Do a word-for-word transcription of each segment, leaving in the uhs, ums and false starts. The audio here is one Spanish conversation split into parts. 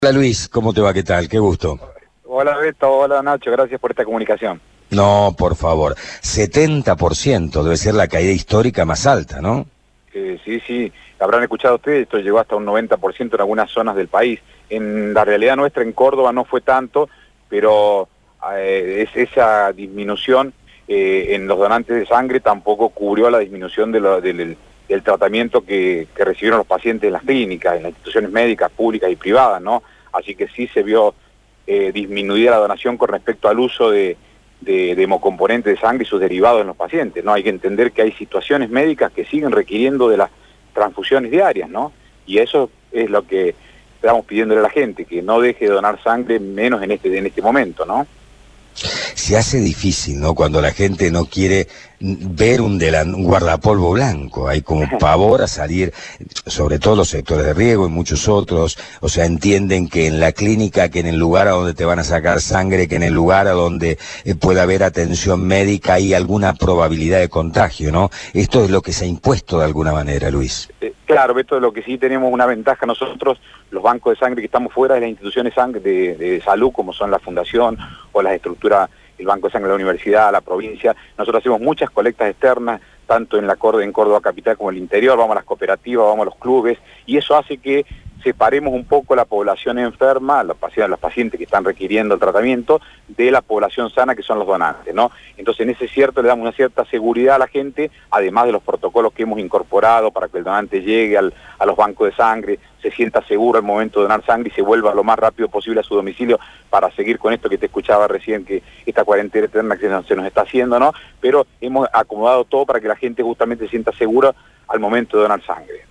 Hola Luis, ¿cómo te va? ¿Qué tal? Qué gusto. Hola Beto, hola Nacho, gracias por esta comunicación. No, por favor, setenta por ciento debe ser la caída histórica más alta, ¿no? Eh, sí, sí, habrán escuchado ustedes, esto llegó hasta un noventa por ciento en algunas zonas del país. En la realidad nuestra, en Córdoba, no fue tanto, pero eh, es, esa disminución eh, en los donantes de sangre tampoco cubrió la disminución de lo, del, del tratamiento que, que recibieron los pacientes en las clínicas, en las instituciones médicas públicas y privadas, ¿no? Así que sí se vio eh, disminuida la donación con respecto al uso de, de, de hemocomponentes de sangre y sus derivados en los pacientes, ¿no? Hay que entender que hay situaciones médicas que siguen requiriendo de las transfusiones diarias, ¿no? Y eso es lo que estamos pidiéndole a la gente, que no deje de donar sangre, menos en este, en este momento, ¿no? Se hace difícil, ¿no? Cuando la gente no quiere ver un, delan, un guardapolvo blanco, hay como pavor a salir, sobre todo los sectores de riego y muchos otros, o sea, entienden que en la clínica, que en el lugar a donde te van a sacar sangre, que en el lugar a donde eh, puede haber atención médica hay alguna probabilidad de contagio, ¿no? Esto es lo que se ha impuesto de alguna manera, Luis. Eh, claro, Beto, lo que sí tenemos una ventaja nosotros, los bancos de sangre que estamos fuera de las instituciones sangre de, de salud, como son la fundación o las estructuras, el Banco de Sangre de la Universidad, la provincia. Nosotros hacemos muchas colectas externas, tanto en la en Córdoba Capital como en el interior, vamos a las cooperativas, vamos a los clubes, y eso hace que separemos un poco la población enferma, los pacientes, los pacientes que están requiriendo el tratamiento, de la población sana que son los donantes, ¿no? Entonces en ese cierto le damos una cierta seguridad a la gente, además de los protocolos que hemos incorporado para que el donante llegue al, a los bancos de sangre, se sienta seguro al momento de donar sangre y se vuelva lo más rápido posible a su domicilio para seguir con esto que te escuchaba recién, que esta cuarentena eterna que se nos está haciendo, ¿no? Pero hemos acomodado todo para que la gente justamente se sienta segura al momento de donar sangre.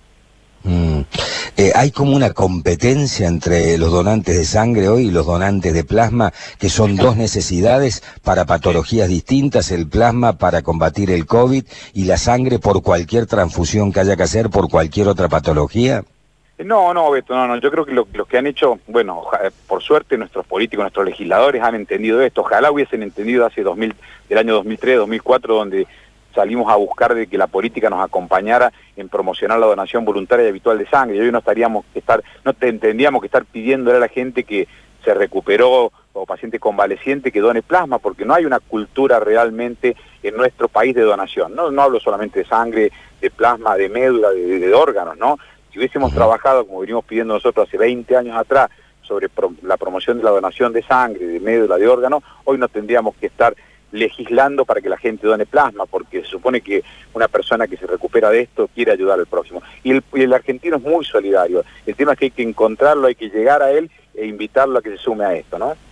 Mm. Eh, hay como una competencia entre los donantes de sangre hoy y los donantes de plasma, que son dos necesidades para patologías distintas, el plasma para combatir el COVID y la sangre por cualquier transfusión que haya que hacer por cualquier otra patología. No, no, Beto, no, no, yo creo que lo, los que han hecho, bueno, por suerte nuestros políticos, nuestros legisladores han entendido esto, ojalá hubiesen entendido hace dos mil, del año dos mil tres, dos mil cuatro, donde salimos a buscar de que la política nos acompañara en promocionar la donación voluntaria y habitual de sangre, y hoy no estaríamos que estar, no te, tendríamos que estar pidiéndole a la gente que se recuperó o paciente convaleciente que done plasma, porque no hay una cultura realmente en nuestro país de donación, no, no hablo solamente de sangre, de plasma, de médula, de, de, de órganos, ¿no? Si hubiésemos trabajado, como venimos pidiendo nosotros hace veinte años atrás, sobre pro, la promoción de la donación de sangre, de médula, de órganos, hoy no tendríamos que estar legislando para que la gente done plasma, porque se supone que una persona que se recupera de esto quiere ayudar al próximo. Y el, y el argentino es muy solidario. El tema es que hay que encontrarlo, hay que llegar a él e invitarlo a que se sume a esto, ¿no?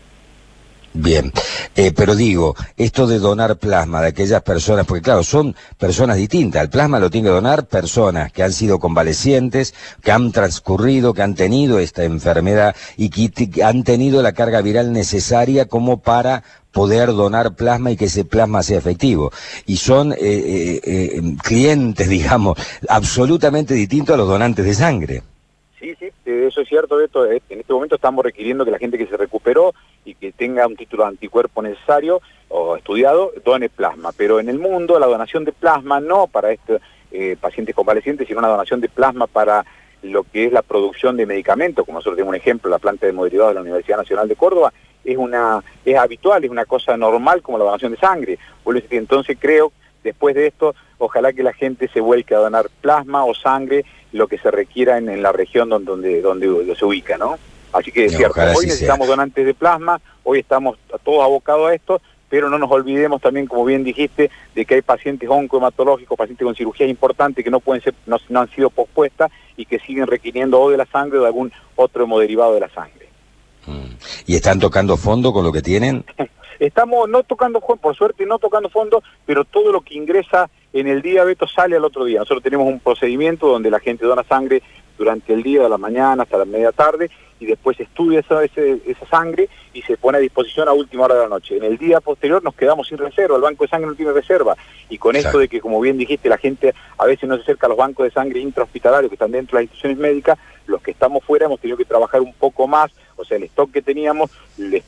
Bien, eh, pero digo, esto de donar plasma de aquellas personas, porque claro, son personas distintas, el plasma lo tienen que donar personas que han sido convalecientes, que han transcurrido, que han tenido esta enfermedad y que han tenido la carga viral necesaria como para poder donar plasma y que ese plasma sea efectivo. Y son eh, eh, eh, clientes, digamos, absolutamente distintos a los donantes de sangre. Sí, sí, eso es cierto, Beto. En este momento estamos requiriendo que la gente que se recuperó y que tenga un título de anticuerpo necesario o estudiado, done plasma. Pero en el mundo la donación de plasma no para este, eh, pacientes convalecientes, sino una donación de plasma para lo que es la producción de medicamentos, como nosotros tenemos un ejemplo, la planta de hemoderivados de la Universidad Nacional de Córdoba, es una es habitual, es una cosa normal como la donación de sangre. Entonces creo, después de esto, ojalá que la gente se vuelque a donar plasma o sangre, lo que se requiera en, en la región donde, donde, donde se ubica, ¿no? Así que es cierto, hoy necesitamos donantes de plasma, hoy estamos todos abocados a esto, pero no nos olvidemos también, como bien dijiste, de que hay pacientes oncohematológicos, pacientes con cirugías importantes que no pueden ser, no, no han sido pospuestas y que siguen requiriendo o de la sangre o de algún otro hemoderivado de la sangre. ¿Y están tocando fondo con lo que tienen? Estamos no tocando, por suerte no tocando fondo, pero todo lo que ingresa en el día, Beto, sale al otro día. Nosotros tenemos un procedimiento donde la gente dona sangre durante el día, de la mañana hasta la media tarde, y después se estudia esa, ese, esa sangre y se pone a disposición a última hora de la noche. En el día posterior nos quedamos sin reserva, el banco de sangre no tiene reserva, y con claro. Esto de que, como bien dijiste, la gente a veces no se acerca a los bancos de sangre intrahospitalarios que están dentro de las instituciones médicas, los que estamos fuera hemos tenido que trabajar un poco más, o sea, el stock que teníamos le está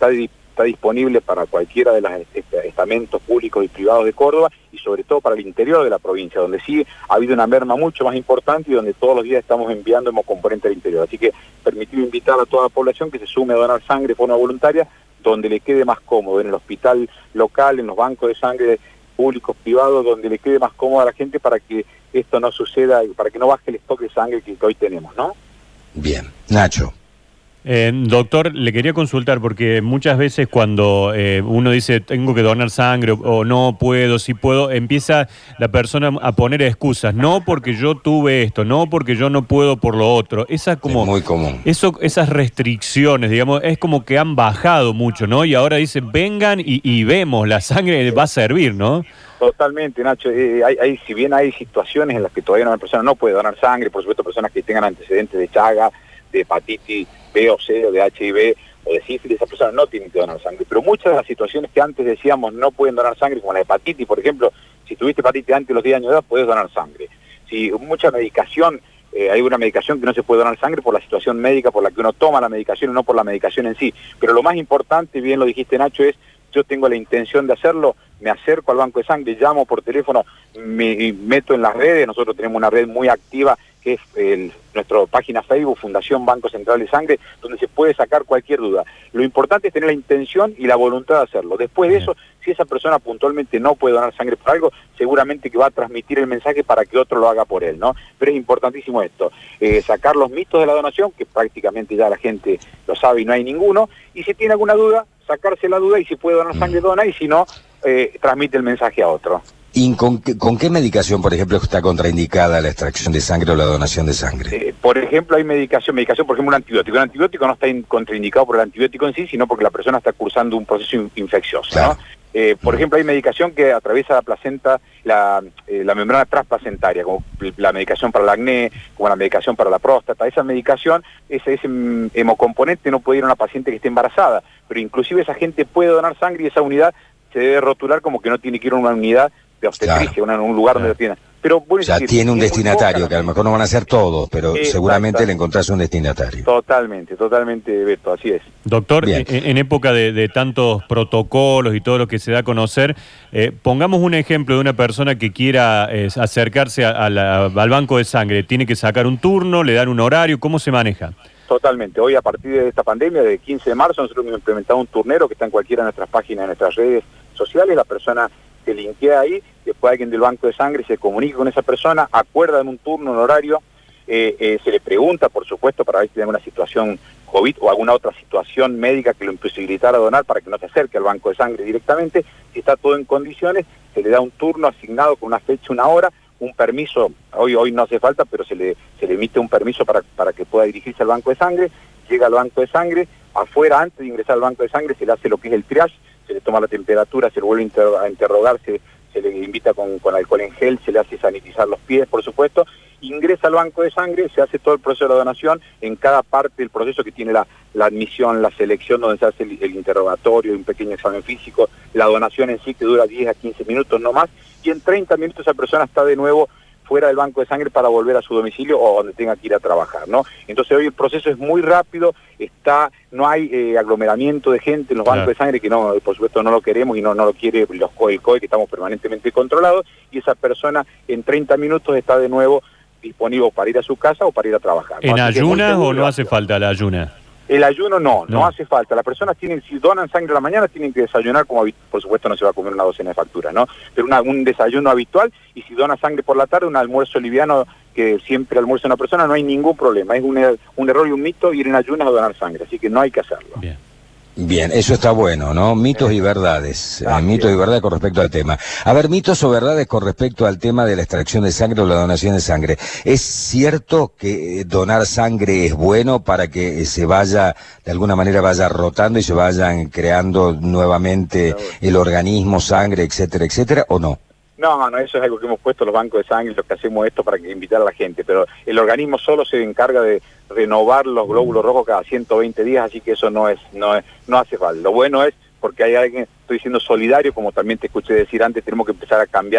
está disponible para cualquiera de los estamentos públicos y privados de Córdoba y sobre todo para el interior de la provincia, donde sí ha habido una merma mucho más importante y donde todos los días estamos enviando hemocomponente al interior. Así que permitir invitar a toda la población que se sume a donar sangre de forma voluntaria donde le quede más cómodo, en el hospital local, en los bancos de sangre públicos, privados, donde le quede más cómodo a la gente para que esto no suceda, para que no baje el stock de sangre que, que hoy tenemos, ¿no? Bien. Nacho. Eh, doctor, le quería consultar porque muchas veces cuando eh, uno dice tengo que donar sangre o, o no puedo, si puedo, empieza la persona a poner excusas, no porque yo tuve esto, no porque yo no puedo por lo otro. Esa como, es muy común. Eso, esas restricciones, digamos, es como que han bajado mucho, ¿no? Y ahora dicen vengan y, y vemos, la sangre va a servir, ¿no? Totalmente, Nacho. Eh, hay, hay, si bien hay situaciones en las que todavía una persona no puede donar sangre, por supuesto personas que tengan antecedentes de Chaga, de hepatitis B o C o de H I V o de sífilis, esas personas no tienen que donar sangre. Pero muchas de las situaciones que antes decíamos no pueden donar sangre, como la hepatitis, por ejemplo, si tuviste hepatitis antes de los diez años de edad, puedes donar sangre. Si mucha medicación, eh, hay una medicación que no se puede donar sangre por la situación médica por la que uno toma la medicación y no por la medicación en sí. Pero lo más importante, bien lo dijiste Nacho, es yo tengo la intención de hacerlo, me acerco al banco de sangre, llamo por teléfono, me meto en las redes, nosotros tenemos una red muy activa que es el, nuestra página Facebook, Fundación Banco Central de Sangre, donde se puede sacar cualquier duda. Lo importante es tener la intención y la voluntad de hacerlo. Después de eso, si esa persona puntualmente no puede donar sangre por algo, seguramente que va a transmitir el mensaje para que otro lo haga por él, ¿no? Pero es importantísimo esto, eh, sacar los mitos de la donación, que prácticamente ya la gente lo sabe y no hay ninguno, y si tiene alguna duda, sacarse la duda y si puede donar sangre, dona, y si no, eh, transmite el mensaje a otro. ¿Y con qué, con qué medicación, por ejemplo, está contraindicada la extracción de sangre o la donación de sangre? Eh, por ejemplo, hay medicación, medicación, por ejemplo, un antibiótico. Un antibiótico no está in, contraindicado por el antibiótico en sí, sino porque la persona está cursando un proceso in, infeccioso, claro. ¿no? Eh, por ejemplo, hay medicación que atraviesa la placenta, la, eh, la membrana transplacentaria, como la medicación para el acné, como la medicación para la próstata. Esa medicación, ese, ese hemocomponente no puede ir a una paciente que esté embarazada, pero inclusive esa gente puede donar sangre y esa unidad se debe rotular como que no tiene que ir a una unidad de obstetricia, claro. un lugar donde lo tiene. Pero bueno, ya tiene un destinatario, que a lo mejor no van a ser todos, pero Exacto. seguramente le encontrás un destinatario. Totalmente, totalmente, Beto, así es. Doctor, en, en época de, de tantos protocolos y todo lo que se da a conocer, eh, pongamos un ejemplo de una persona que quiera eh, acercarse a, a la, al banco de sangre. ¿Tiene que sacar un turno, le dan un horario? ¿Cómo se maneja? Totalmente. Hoy, a partir de esta pandemia, de quince de marzo, nosotros hemos implementado un turnero que está en cualquiera de nuestras páginas, en nuestras redes sociales. La persona se linkea ahí, después alguien del banco de sangre se comunica con esa persona, acuerdan un turno, un horario, eh, eh, se le pregunta, por supuesto, para ver si tiene alguna situación COVID o alguna otra situación médica que lo imposibilitara donar para que no se acerque al banco de sangre directamente. Si está todo en condiciones, se le da un turno asignado con una fecha, una hora, un permiso, hoy hoy no hace falta, pero se le, se le emite un permiso para, para que pueda dirigirse al banco de sangre, llega al banco de sangre, afuera, antes de ingresar al banco de sangre, se le hace lo que es el triage, se le toma la temperatura, se le vuelve a, inter a interrogar, se, se le invita con, con alcohol en gel, se le hace sanitizar los pies, por supuesto, ingresa al banco de sangre, se hace todo el proceso de la donación, en cada parte del proceso que tiene la, la admisión, la selección, donde se hace el, el interrogatorio, un pequeño examen físico, la donación en sí que dura diez a quince minutos no más, y en treinta minutos esa persona está de nuevo fuera del banco de sangre para volver a su domicilio o donde tenga que ir a trabajar, ¿no? Entonces hoy el proceso es muy rápido, está, no hay eh, aglomeramiento de gente en los bancos claro. de sangre, que no, por supuesto no lo queremos y no, no lo quiere los C O E, el C O E, que estamos permanentemente controlados, y esa persona en treinta minutos está de nuevo disponible para ir a su casa o para ir a trabajar, ¿no? ¿En ayunas o no hace falta la ayuna? El ayuno no, no, no hace falta. Las personas tienen, si donan sangre a la mañana, tienen que desayunar, como por supuesto no se va a comer una docena de facturas, ¿no? Pero una, un desayuno habitual, y si dona sangre por la tarde, un almuerzo liviano que siempre almuerza una persona, no hay ningún problema. Es un, un error y un mito ir en ayunas a donar sangre, así que no hay que hacerlo. Bien. Bien, eso está bueno, ¿no? Mitos y verdades. Ah, eh, mitos y verdades con respecto al tema. A ver, mitos o verdades con respecto al tema de la extracción de sangre o la donación de sangre. ¿Es cierto que donar sangre es bueno para que se vaya, de alguna manera vaya rotando y se vayan creando nuevamente el organismo, sangre, etcétera, etcétera, o no? No, no, eso es algo que hemos puesto los bancos de sangre, lo que hacemos esto para que invitar a la gente, pero el organismo solo se encarga de renovar los glóbulos rojos cada ciento veinte días, así que eso no es, no es, no hace falta. Lo bueno es, porque hay alguien, estoy siendo solidario, como también te escuché decir antes, tenemos que empezar a cambiar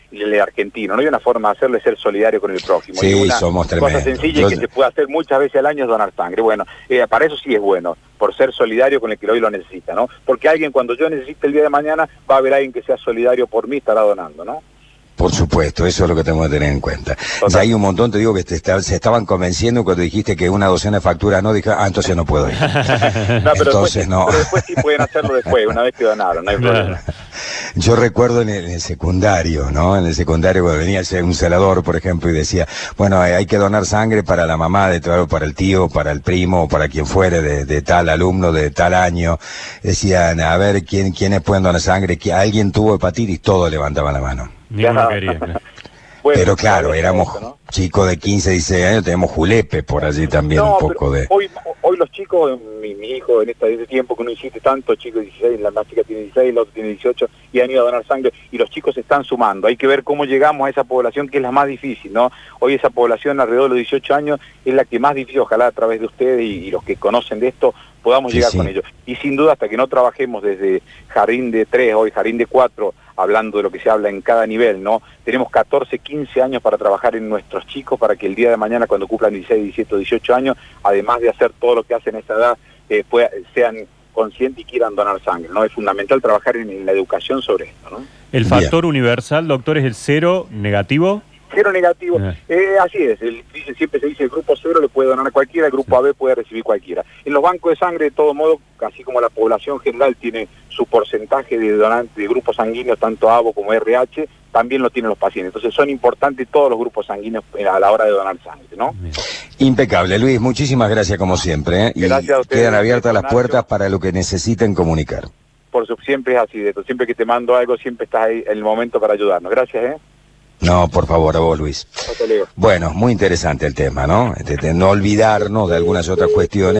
el argentino, ¿no? Hay una forma de hacerlo, es ser solidario con el prójimo. Sí, y una somos tremendos. cosa sencilla Yo... y que se puede hacer muchas veces al año es donar sangre. Bueno, eh, para eso sí es bueno, por ser solidario con el que hoy lo necesita, ¿no? Porque alguien, cuando yo necesite el día de mañana, va a haber alguien que sea solidario por mí y estará donando, ¿no? Por supuesto, eso es lo que tenemos que tener en cuenta. Total. Ya hay un montón, te digo, que te está, se estaban convenciendo cuando dijiste que una docena de facturas no, dije, ah, entonces no puedo ir. No, pero entonces después, no. Pero después sí pueden hacerlo después, una vez que donaron, no hay Claro. problema. Yo recuerdo en el, en el secundario, ¿no? En el secundario cuando venía un celador, por ejemplo, y decía, bueno, hay que donar sangre para la mamá, de tal, para el tío, para el primo, o para quien fuere, de, de tal alumno, de tal año. Decían, a ver, ¿quién, quiénes pueden donar sangre? Que alguien tuvo hepatitis, todos levantaban la mano. Ninguno quería. Claro. Bueno, pero claro, éramos eso, ¿no? chicos de quince, dieciséis años, tenemos julepe por allí también, no, un poco de... Hoy, hoy los chicos, mi, mi hijo en este, este tiempo que no hiciste tanto, chico de dieciséis, la más chica tiene dieciséis, la otra tiene dieciocho, y han ido a donar sangre, y los chicos se están sumando. Hay que ver cómo llegamos a esa población que es la más difícil, ¿no? Hoy esa población alrededor de los dieciocho años es la que más difícil, ojalá a través de ustedes y, y los que conocen de esto, podamos Sí, llegar sí. con ellos. Y sin duda, hasta que no trabajemos desde jardín de tres, hoy jardín de cuatro, hablando de lo que se habla en cada nivel, ¿no? Tenemos catorce, quince años para trabajar en nuestros chicos para que el día de mañana, cuando cumplan dieciséis, diecisiete, dieciocho años, además de hacer todo lo que hacen a esa edad, eh, pueda, sean conscientes y quieran donar sangre, ¿no? Es fundamental trabajar en, en la educación sobre esto, ¿no? El factor Bien. universal, doctor, es el cero negativo. Cero negativo, Ah. eh, así es, el, dice, siempre se dice el grupo cero le puede donar a cualquiera, el grupo A B puede recibir cualquiera. En los bancos de sangre, de todo modo, así como la población general tiene su porcentaje de donantes de grupos sanguíneos, tanto A B O como R H, también lo tienen los pacientes. Entonces son importantes todos los grupos sanguíneos a la hora de donar sangre, ¿no? Impecable, Luis, muchísimas gracias como siempre, ¿eh? Y gracias a ustedes, quedan abiertas las Nacho. puertas para lo que necesiten comunicar. Por su, siempre es así, de esto. Siempre que te mando algo, siempre estás ahí en el momento para ayudarnos. Gracias, ¿eh? No, por favor, a vos, Luis. Hasta luego. Bueno, muy interesante el tema, ¿no? De, de no olvidarnos de algunas otras cuestiones.